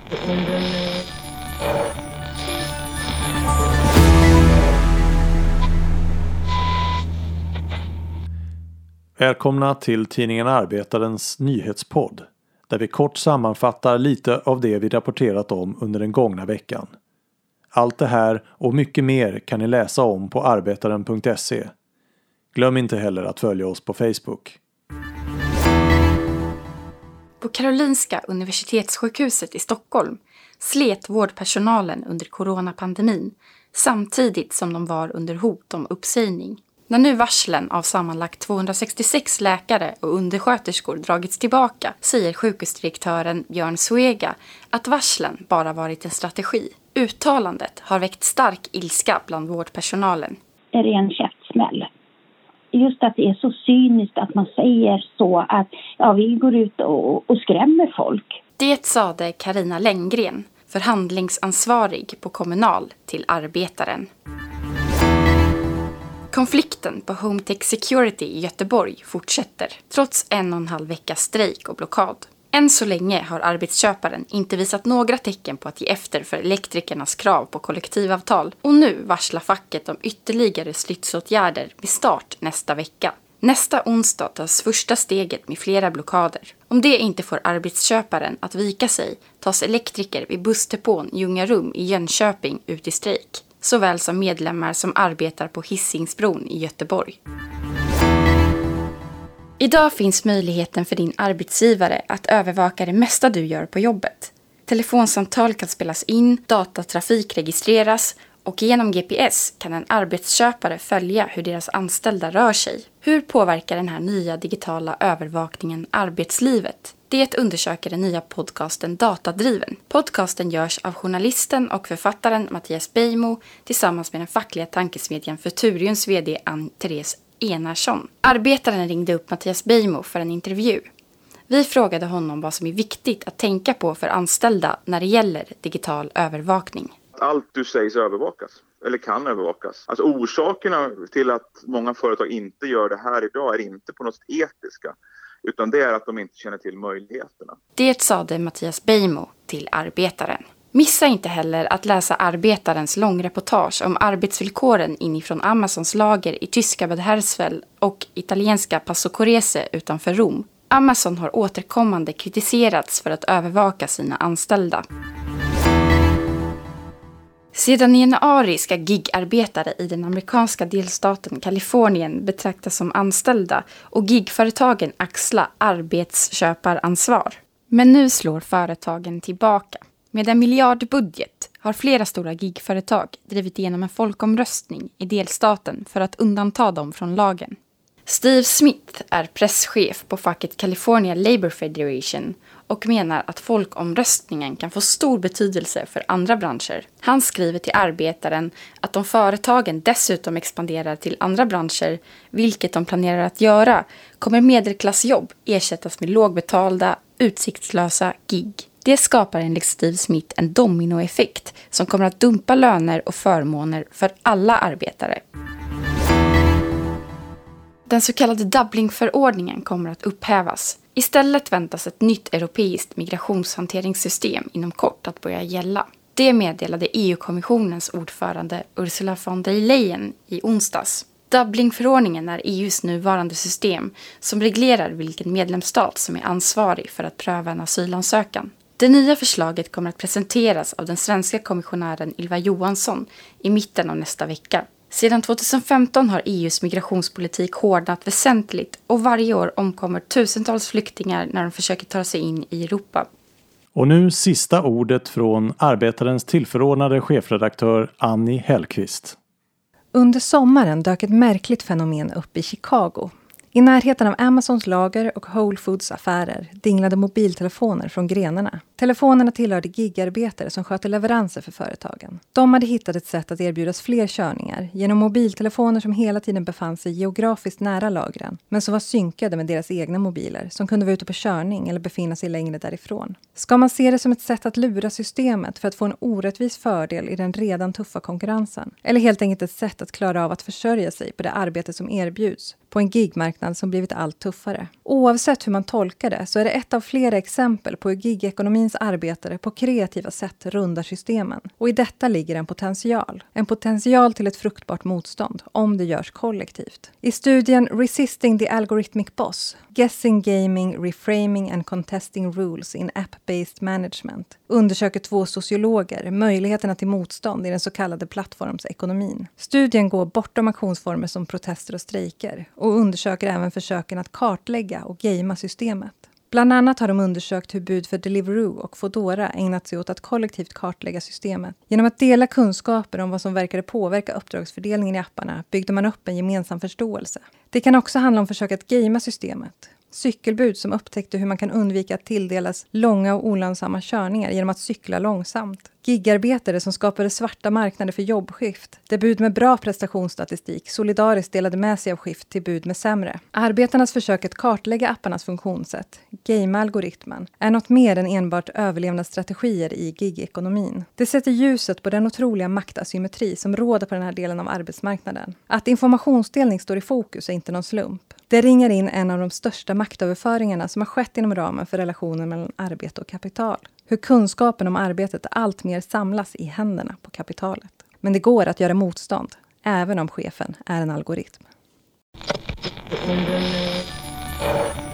Välkomna till tidningen Arbetarens nyhetspodd, där vi kort sammanfattar lite av det vi rapporterat om under den gångna veckan. Allt det här och mycket mer kan ni läsa om på arbetaren.se. Glöm inte heller att följa oss på Facebook. På Karolinska universitetssjukhuset i Stockholm slet vårdpersonalen under coronapandemin samtidigt som de var under hot om uppsägning. När nu varslen av sammanlagt 266 läkare och undersköterskor dragits tillbaka säger sjukhusdirektören Björn Suega att varslen bara varit en strategi. Uttalandet har väckt stark ilska bland vårdpersonalen. Det är en käftsmäll. Just att det är så cyniskt att man säger så att vi går ut och skrämmer folk. Det sade Carina Lenngren, förhandlingsansvarig på Kommunal, till Arbetaren. Konflikten på Hometech Security i Göteborg fortsätter, trots 1,5 veckas strejk och blockad. Än så länge har arbetsköparen inte visat några tecken på att ge efter för elektrikernas krav på kollektivavtal. Och nu varslar facket om ytterligare stridsåtgärder med start nästa vecka. Nästa onsdag tas första steget med flera blockader. Om det inte får arbetsköparen att vika sig tas elektriker vid bussdepån Ljungarum i Jönköping ut i strejk. Såväl som medlemmar som arbetar på Hisingsbron i Göteborg. Idag finns möjligheten för din arbetsgivare att övervaka det mesta du gör på jobbet. Telefonsamtal kan spelas in, datatrafik registreras och genom GPS kan en arbetsköpare följa hur deras anställda rör sig. Hur påverkar den här nya digitala övervakningen arbetslivet? Det undersöker den nya podcasten Datadriven. Podcasten görs av journalisten och författaren Mattias Beijmo tillsammans med den fackliga tankesmedjan Futuriums vd Ann-Therese Enarsson. Arbetaren ringde upp Mattias Beijmo för en intervju. Vi frågade honom vad som är viktigt att tänka på för anställda när det gäller digital övervakning. Allt du säger övervakas, eller kan övervakas. Alltså orsakerna till att många företag inte gör det här idag är inte på något sätt etiska, utan det är att de inte känner till möjligheterna. Det sade Mattias Beijmo till Arbetaren. Missa inte heller att läsa Arbetarens långreportage om arbetsvillkoren inifrån Amazons lager i tyska Bad Hersfeld och italienska Passo Correse utanför Rom. Amazon har återkommande kritiserats för att övervaka sina anställda. Sedan i januari ska gigarbetare i den amerikanska delstaten Kalifornien betraktas som anställda och gigföretagen axla arbetsköparansvar. Men nu slår företagen tillbaka. Med en miljardbudget har flera stora gigföretag drivit igenom en folkomröstning i delstaten för att undanta dem från lagen. Steve Smith är presschef på facket California Labor Federation och menar att folkomröstningen kan få stor betydelse för andra branscher. Han skriver till Arbetaren att om företagen dessutom expanderar till andra branscher, vilket de planerar att göra, kommer medelklassjobb ersättas med lågbetalda, utsiktslösa gig. Det skapar enligt Steve Smith en dominoeffekt som kommer att dumpa löner och förmåner för alla arbetare. Den så kallade Dublin-förordningen kommer att upphävas. Istället väntas ett nytt europeiskt migrationshanteringssystem inom kort att börja gälla. Det meddelade EU-kommissionens ordförande Ursula von der Leyen i onsdags. Dublin-förordningen är EUs nuvarande system som reglerar vilken medlemsstat som är ansvarig för att pröva en asylansökan. Det nya förslaget kommer att presenteras av den svenska kommissionären Ylva Johansson i mitten av nästa vecka. Sedan 2015 har EUs migrationspolitik hårdnat väsentligt och varje år omkommer tusentals flyktingar när de försöker ta sig in i Europa. Och nu sista ordet från Arbetarens tillförordnade chefredaktör Annie Hellqvist. Under sommaren dök ett märkligt fenomen upp i Chicago. I närheten av Amazons lager och Whole Foods affärer dinglade mobiltelefoner från grenarna. Telefonerna tillhörde gigarbetare som sköter leveranser för företagen. De hade hittat ett sätt att erbjudas fler körningar genom mobiltelefoner som hela tiden befann sig geografiskt nära lagren, men som var synkade med deras egna mobiler som kunde vara ute på körning eller befinna sig längre därifrån. Ska man se det som ett sätt att lura systemet för att få en orättvis fördel i den redan tuffa konkurrensen? Eller helt enkelt ett sätt att klara av att försörja sig på det arbete som erbjuds? på en gigmarknad som blivit allt tuffare. Oavsett hur man tolkar det så är det ett av flera exempel på hur gigekonomins arbetare på kreativa sätt rundar systemen. Och i detta ligger en potential. En potential till ett fruktbart motstånd om det görs kollektivt. I studien Resisting the Algorithmic Boss, Guessing Gaming, Reframing and Contesting Rules in App-Based Management undersöker 2 sociologer möjligheterna till motstånd i den så kallade plattformsekonomin. Studien går bortom aktionsformer som protester och strejker och undersöker även försöken att kartlägga och gamea systemet. Bland annat har de undersökt hur bud för Deliveroo och Foodora ägnat sig åt att kollektivt kartlägga systemet. Genom att dela kunskaper om vad som verkade påverka uppdragsfördelningen i apparna byggde man upp en gemensam förståelse. Det kan också handla om försök att gamea systemet. Cykelbud som upptäckte hur man kan undvika att tilldelas långa och olönsamma körningar genom att cykla långsamt. Gigarbetare som skapade svarta marknader för jobbskift. Där bud med bra prestationsstatistik solidariskt delade med sig av skift till bud med sämre. Arbetarnas försök att kartlägga apparnas funktionssätt, game-algoritmen, är något mer än enbart överlevnadsstrategier i gigekonomin. Det sätter ljuset på den otroliga maktasymmetri som råder på den här delen av arbetsmarknaden. Att informationsdelning står i fokus är inte någon slump. Det ringar in en av de största maktöverföringarna som har skett inom ramen för relationen mellan arbete och kapital. Hur kunskapen om arbetet allt mer samlas i händerna på kapitalet. Men det går att göra motstånd, även om chefen är en algoritm.